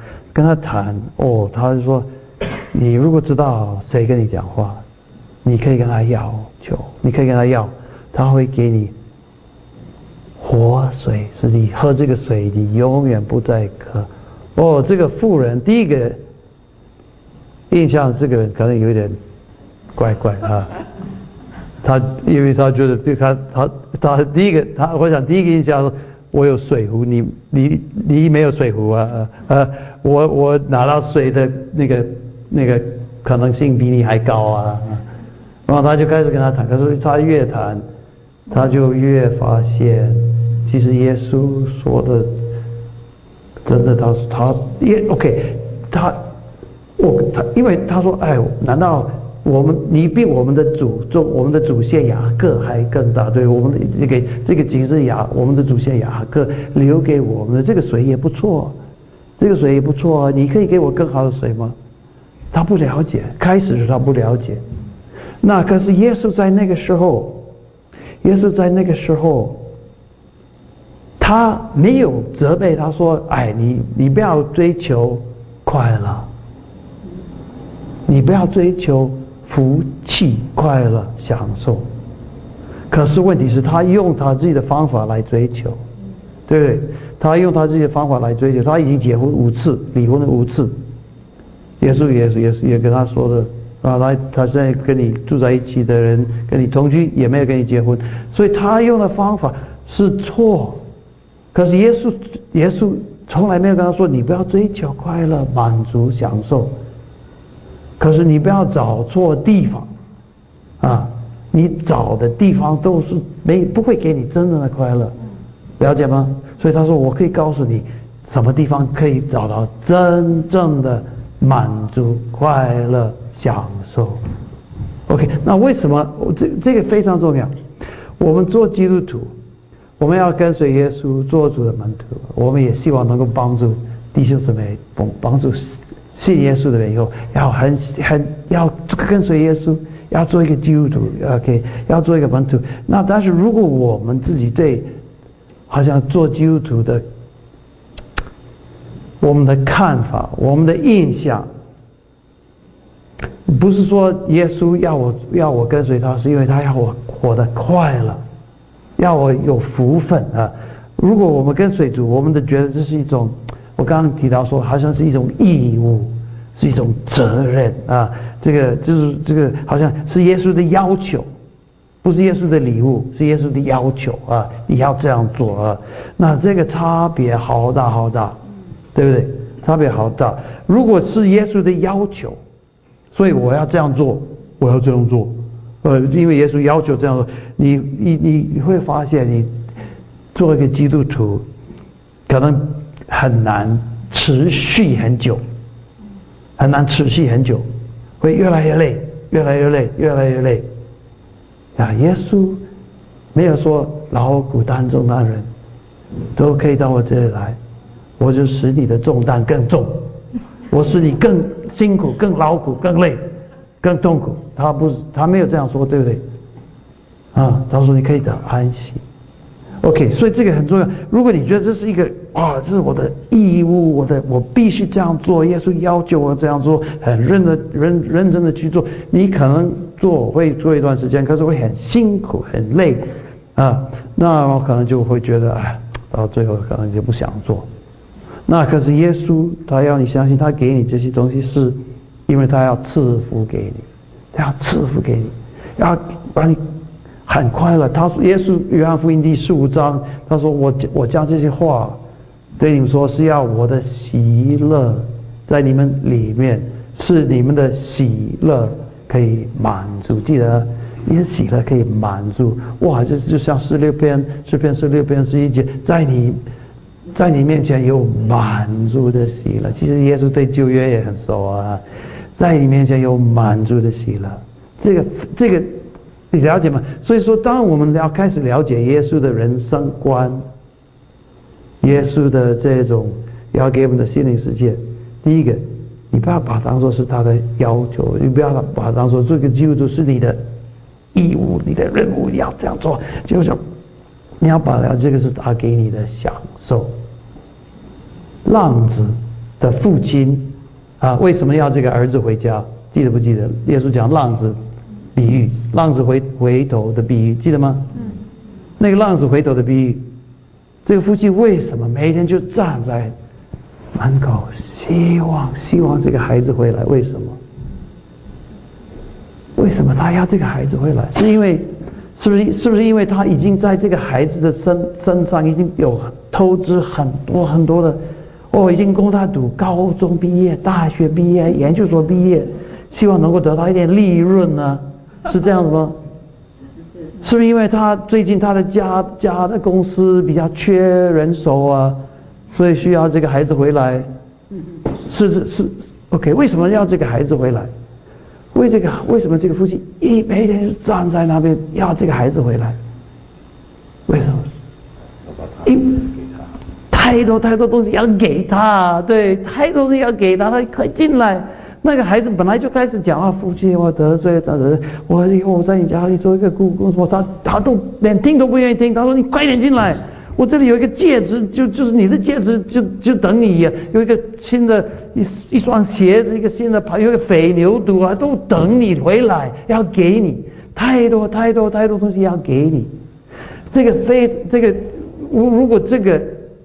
A: 他就说：“你如果知道谁跟你讲话，你可以跟他要求，你可以跟他要，他会给你活水，是你喝这个水，你永远不再渴。”这个妇人第一个印象，这个人可能有点怪怪啊。因为他觉得他第一个我想第一个印象是，我有水壶，你没有水壶啊，我拿到水的那个可能性比你还高啊。然后他就开始跟他谈，可是他越谈，他就越发现，其实耶稣说的，真的因为他说，难道你比我们的祖先雅各还更大？对，我们的这个井是我们的祖先雅各留给我们的，这个水也不错，你可以给我更好的水吗？他不了解，开始是他不了解。那可是耶稣在那个时候，他没有责备他说：“你不要追求快乐，你不要追求福气、快乐、享受。”可是问题是，他用他自己的方法来追求，对不对？他用他自己的方法来追求，他已经结婚5次，离婚了5次。耶稣也跟他说的。他现在跟你住在一起的人，跟你同居，也没有跟你结婚，所以他用的方法是错。可是耶稣从来没有跟他说，你不要追求快乐、满足、享受。可是你不要找错地方，你找的地方都是不会给你真正的快乐，了解吗？所以他说，我可以告诉你，什么地方可以找到真正的满足、快乐、享受。 OK， 那为什么这个非常重要？我们做基督徒，我们要跟随耶稣做主的门徒，我们也希望能够帮助弟兄姊妹，帮助信耶稣的人以后要跟随耶稣，要做一个基督徒 ，OK， 要做一个门徒。那但是如果我们自己对好像做基督徒的我们的看法、我们的印象，不是说耶稣要我跟随他，是因为他要我活得快乐，要我有福分啊。如果我们跟随主，我们都觉得这是一种，我刚刚提到说，好像是一种义务，是一种责任啊。这个好像是耶稣的要求，不是耶稣的礼物，是耶稣的要求啊。你要这样做啊，那这个差别好大好大，对不对？差别好大。如果是耶稣的要求，所以我要这样做，我要这样做，因为耶稣要求这样做，你会发现，你做一个基督徒，可能很难持续很久，很难持续很久，会越来越累，越来越累，越来越累。啊，耶稣没有说劳苦担重担人都可以到我这里来，我就使你的重担更重。我使你更辛苦、更劳苦、更累、更痛苦。他没有这样说，对不对？啊，他说你可以得安息。 OK， 所以这个很重要。如果你觉得这是一个这是我的义务，我必须这样做，耶稣要求我这样做，很认真的去做，你可能会做一段时间，可是会很辛苦很累那我可能就会觉得到最后可能就不想做。那可是耶稣他要你相信，他给你这些东西是因为他要赐福给你，他要赐福给你，要让你很快乐。耶稣约翰福音第15章他说，我将这些话对你们说，是要我的喜乐在你们里面，是你们的喜乐可以满足。记得你的喜乐可以满足。就像诗篇16篇11节，在你面前有满足的喜乐。其实耶稣对旧约也很熟在你面前有满足的喜乐。这个你了解吗？所以说，当我们要开始了解耶稣的人生观，耶稣的这种要给我们的心灵世界，第一个，你不要把它当作是他的要求，你不要把它当作这个基督徒是你的义务、你的任务，你要这样做。就是你要把这个是他给你的享受。浪子的父亲为什么要这个儿子回家？记得不记得？耶稣讲浪子比喻，浪子回头的比喻，记得吗？那个浪子回头的比喻，这个夫妻为什么每天就站在门口，希望这个孩子回来？为什么？为什么他要这个孩子回来？是不是因为他已经在这个孩子的身上已经有投资很多的已经供他读高中毕业、大学毕业、研究所毕业，希望能够得到一点利润呢？是这样子吗？是不是因为他最近他的家的公司比较缺人手所以需要这个孩子回来？是 OK。 为什么要这个孩子回来？为什么这个夫妻每天站在那边要这个孩子回来？为什么？太多东西要给他，对，太多东西要给他，他快进来。那个孩子本来就开始讲父亲，我得罪了，我以后在你家里做一个雇工，他都连听都不愿意听。他说：“你快点进来，我这里有一个戒指，就是你的戒指，就等你有一个新的一双鞋子，一个新的牌，有一个肥牛肚都等你回来，要给你太多东西要给你。如果这个。”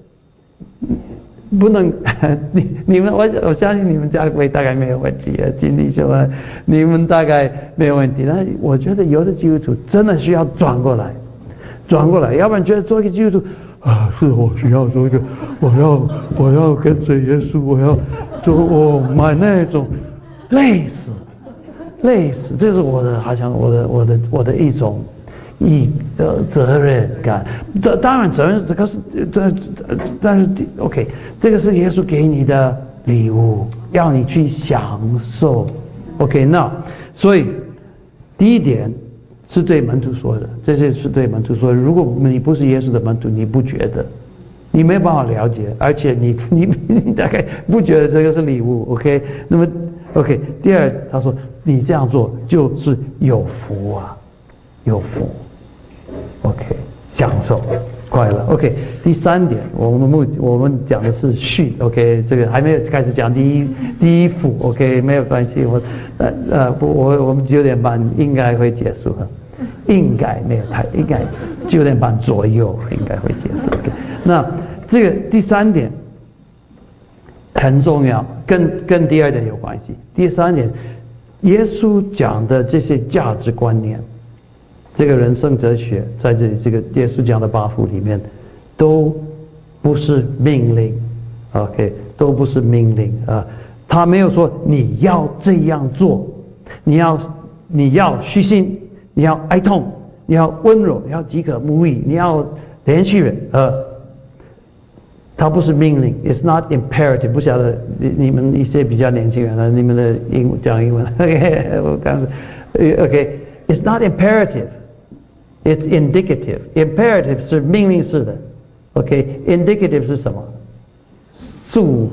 A: 不能，你们我相信你们家大概没有问题金弟兄你们大概没有问题。但我觉得有的基督徒真的需要转过来，要不然觉得做一个基督徒是我需要做一个，我要跟随耶稣，我要做买那种累死，这是好像我的一种。责任感，当然责任这个是但是 OK， 这个是耶稣给你的礼物，要你去享受。OK， 那所以第一点是对门徒说的，这些是对门徒说的。如果你不是耶稣的门徒，你不觉得，你没办法了解，而且你大概不觉得这个是礼物。OK， 那么 OK， 第二他说你这样做就是有福有福。OK， 享受快乐。OK， 第三点，我们讲的是序。OK， 这个还没有开始讲第一幅。OK， 没有关系，我们9点半应该会结束应该没有应该9点半左右应该会结束。OK， 那这个第三点很重要，跟第二点有关系。第三点，耶稣讲的这些价值观念。这个人生哲学在这里，这个耶稣讲的8福里面，都不是命令 ，OK， 都不是命令他没有说你要这样做，你要虚心，你要哀痛，你要温柔，你要饥渴慕义，你要连续忍它不是命令 ，It's not imperative。不晓得你们一些比较年轻人你们的讲英文 ，OK， 我刚才 OK，It's not imperative。It's indicative. Imperative 是命令式的 ，OK。Indicative 是什么？速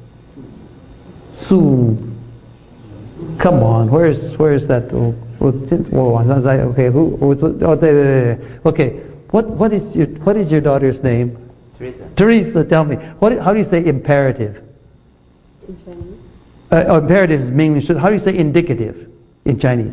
A: Come on, where is that? 我晚上在 OK， 我说对 OK。 what is your daughter's name? Teresa, tell me. How do you say imperative?
B: In Chinese?
A: Imperative is meaning. How do you say indicative in Chinese?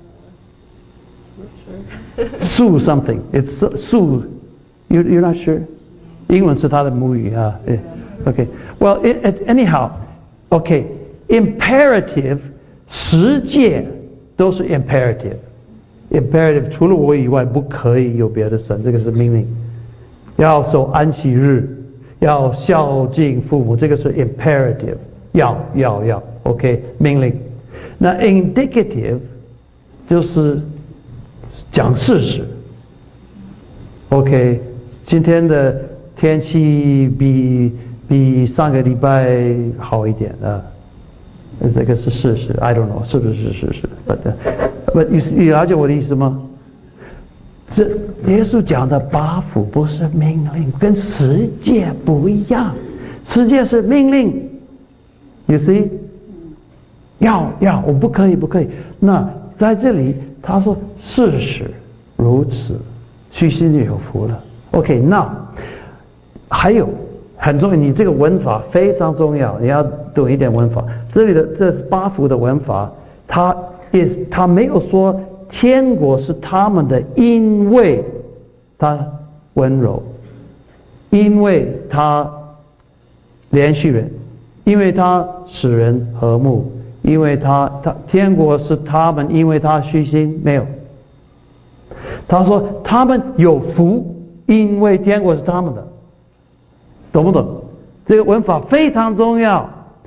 B: Not sure.
A: Su something. It's su. You're not sure? 英文是他的母语啊。Okay. Well, anyhow, okay. Imperative, 十诫都是 imperative. Imperative 除了我以外不可以有别的神，这个是命令。要守安息日，要孝敬父母，这个是 imperative。要 ，OK， 命令。那 indicative 就是讲事实。OK， 今天的天气比上个礼拜好一点啊，这个是事实。I don't know 是不是事实 ？But你了解我的意思吗？这耶稣讲的八福不是命令，跟十诫不一样。十诫是命令。You see？ 要，我不可以。那在这里他说事实如此，虚心就有福了。OK， 那还有很重要，你这个文法非常重要，你要懂一点文法。这里的这是八福的文法，他没有说天国是他们的，因为他温柔，因为他连续人。因为他使人和睦，因为他天国是他们，因为他虚心，没有。他说他们有福，因为天国是他们的，懂不懂？这个文法非常重要，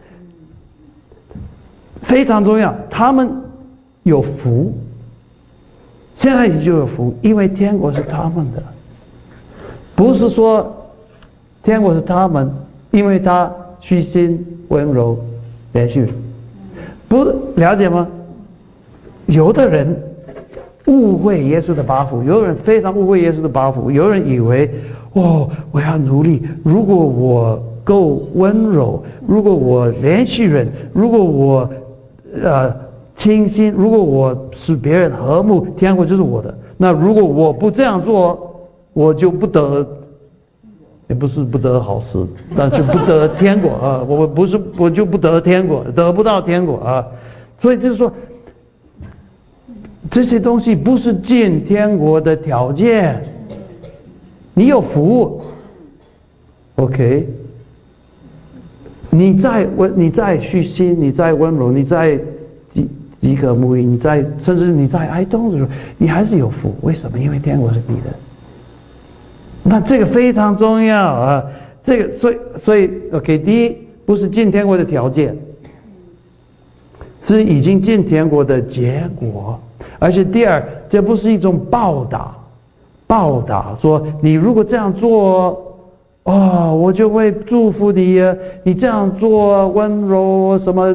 A: 非常重要。他们有福，现在就有福，因为天国是他们的，不是说天国是他们，因为他虚心、温柔、连续，不了解吗？有的人误会耶稣的八福，有的人非常误会耶稣的八福，有人以为我要努力，如果我够温柔，如果我连续忍，如果我清心，如果我使别人和睦，天国就是我的。那如果我不这样做，我就不得。也不是不得好事，但是不得天国啊！我就不得天国，得不到天国啊！所以就是说，这些东西不是进天国的条件。你有福 ，OK？ 你在虚心，你在温柔，你在饥渴慕义，甚至你在哀痛的时候，你还是有福。为什么？因为天国是你的。那这个非常重要啊！这个所以 OK， 第一不是进天国的条件，是已经进天国的结果。而且第二，这不是一种报答说你如果这样做，我就会祝福你。你这样做温柔什么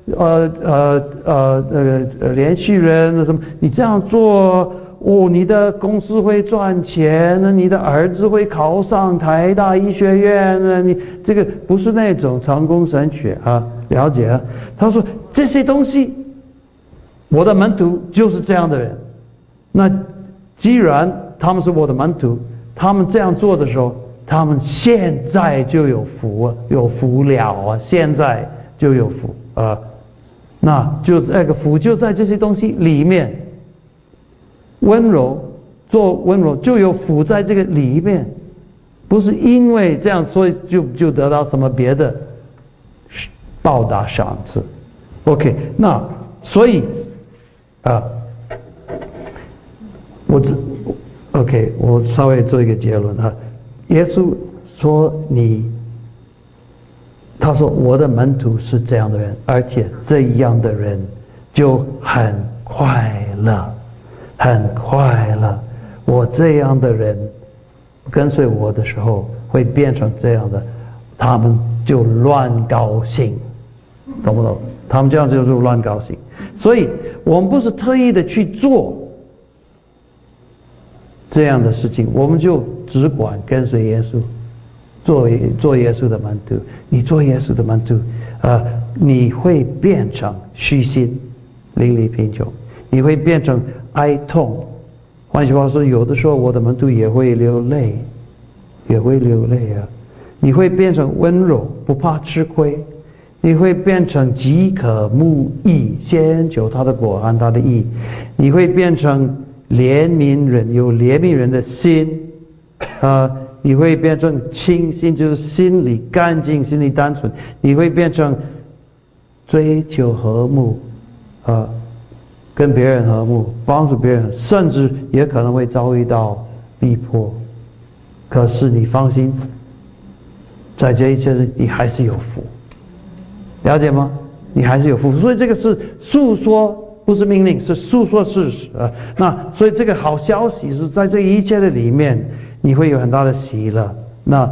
A: 连续人什么，你这样做。你的公司会赚钱，你的儿子会考上台大医学院，你这个不是那种成功神学啊，了解啊？他说这些东西，我的门徒就是这样的人。那既然他们是我的门徒，他们这样做的时候，他们现在就有福啊，有福了啊，现在就有福啊。那就这个福就在这些东西里面。温柔，做温柔就有福在这个里面，不是因为这样所以就得到什么别的报答赏赐。OK， 那所以我稍微做一个结论啊。耶稣说他说我的门徒是这样的人，而且这样的人就很快乐。我这样的人跟随我的时候会变成这样的，他们就乱高兴，懂不懂？他们这样就乱高兴。所以我们不是特意的去做这样的事情，我们就只管跟随耶稣，做耶稣的门徒。你做耶稣的门徒你会变成虚心、邻里贫穷，你会变成哀痛， 换句话说，有的时候我的门徒也会流泪，也会流泪啊。你会变成温柔，不怕吃亏；你会变成饥渴慕义，先求他的国和他的义；你会变成怜悯人，有怜悯人的心，你会变成清心，就是心里干净，心里单纯；你会变成追求和睦，跟别人和睦，帮助别人，甚至也可能会遭遇到逼迫。可是你放心，在这一切你还是有福，了解吗？你还是有福。所以这个是诉说，不是命令，是诉说事实啊。那所以这个好消息是在这一切的里面，你会有很大的喜乐。那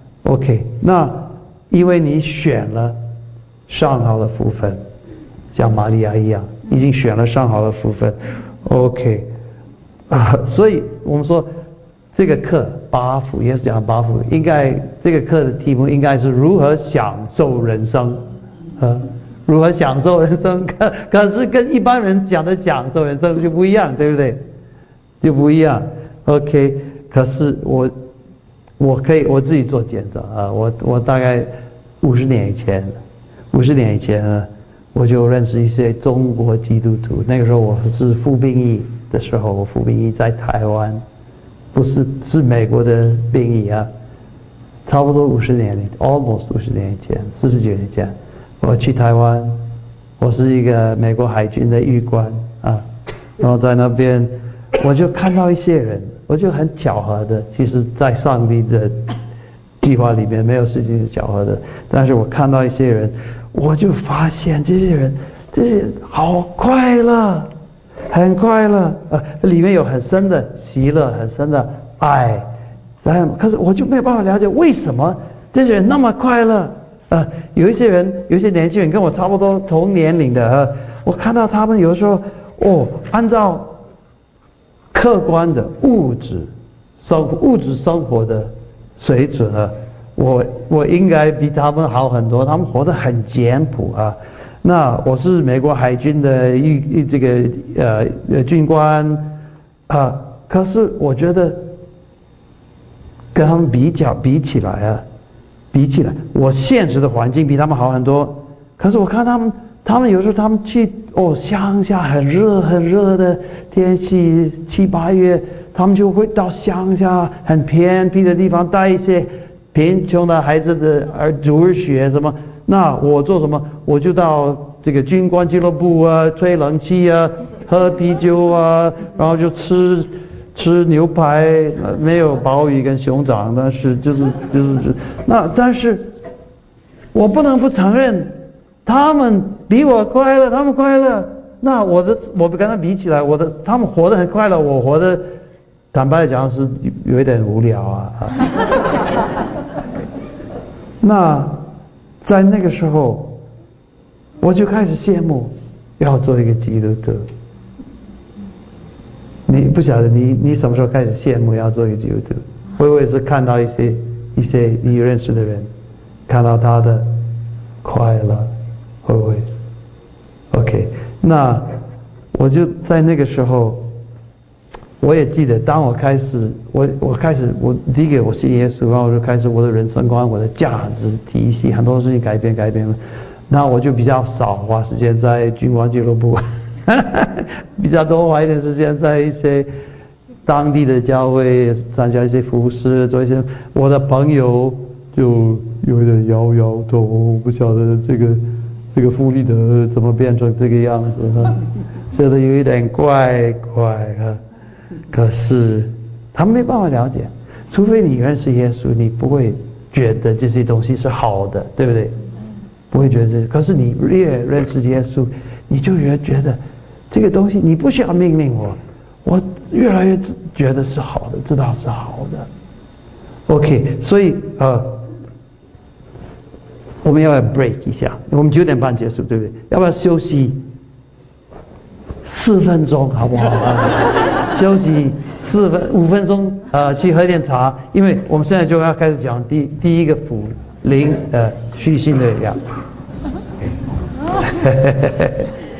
A: OK， 那因为你选了上好的福分，像玛利亚一样，已经选了上好的福分 ，OK， 所以我们说这个课八福，也是讲八福，应该这个课的题目应该是如何享受人生，如何享受人生？可是跟一般人讲的享受人生就不一样，对不对？就不一样 ，OK。可是我可以我自己做见证啊，我大概50年以前呢，我就认识一些中国基督徒。那个时候我是服兵役的时候，我服兵役在台湾，不是是美国的兵役啊，差不多50年，almost 50年以前，49年前，我去台湾，我是一个美国海军的狱官啊，然后在那边我就看到一些人。我就很巧合的，其实在上帝的计划里面没有事情是巧合的，但是我看到一些人，我就发现这些人好快乐，很快乐，里面有很深的喜乐，很深的爱，可是我就没有办法了解为什么这些人那么快乐。有一些人，有一些年轻人跟我差不多同年龄的，我看到他们有的时候，按照客观的物质生活的水准我应该比他们好很多，他们活得很简朴啊。那我是美国海军的这个军官可是我觉得跟他们比起来，我现实的环境比他们好很多。可是我看他们有时候他们去乡下很热的天气，7、8月，他们就会到乡下很偏僻的地方带一些贫穷的孩子的主日学什么。那我做什么？我就到这个军官俱乐部啊，吹冷气啊，喝啤酒啊，然后就吃牛排，没有鲍鱼跟熊掌，但是但是我不能不承认。他们比我快乐，他们快乐。那我跟他比起来，他们活得很快乐，我活得坦白讲是有一点无聊啊。那在那个时候，我就开始羡慕，要做一个基督徒。你不晓得你什么时候开始羡慕要做一个基督徒？会不会是看到一些你认识的人，看到他的快乐？会不会 ？OK， 那我就在那个时候，我也记得，当我开始，我第一个我信耶稣，然后我就开始我的人生观、我的价值体系，很多事情改变了。那我就比较少花时间在军官俱乐部，比较多花一点时间在一些当地的教会参加一些服事，做一些。我的朋友就有一点摇头，不晓得这个弗里德怎么变成这个样子呢？觉得有一点怪可是他们没办法了解，除非你认识耶稣，你不会觉得这些东西是好的，对不对？不会觉得可是你越认识耶稣，你就越觉得这个东西你不需要命令我越来越觉得是好的，知道是好的。OK， 所以我们要不要 break 一下？我们9点半结束，对不对？要不要休息4分钟，好不好？休息5分钟，去喝点茶，因为我们现在就要开始讲第一个福灵虚心的力量。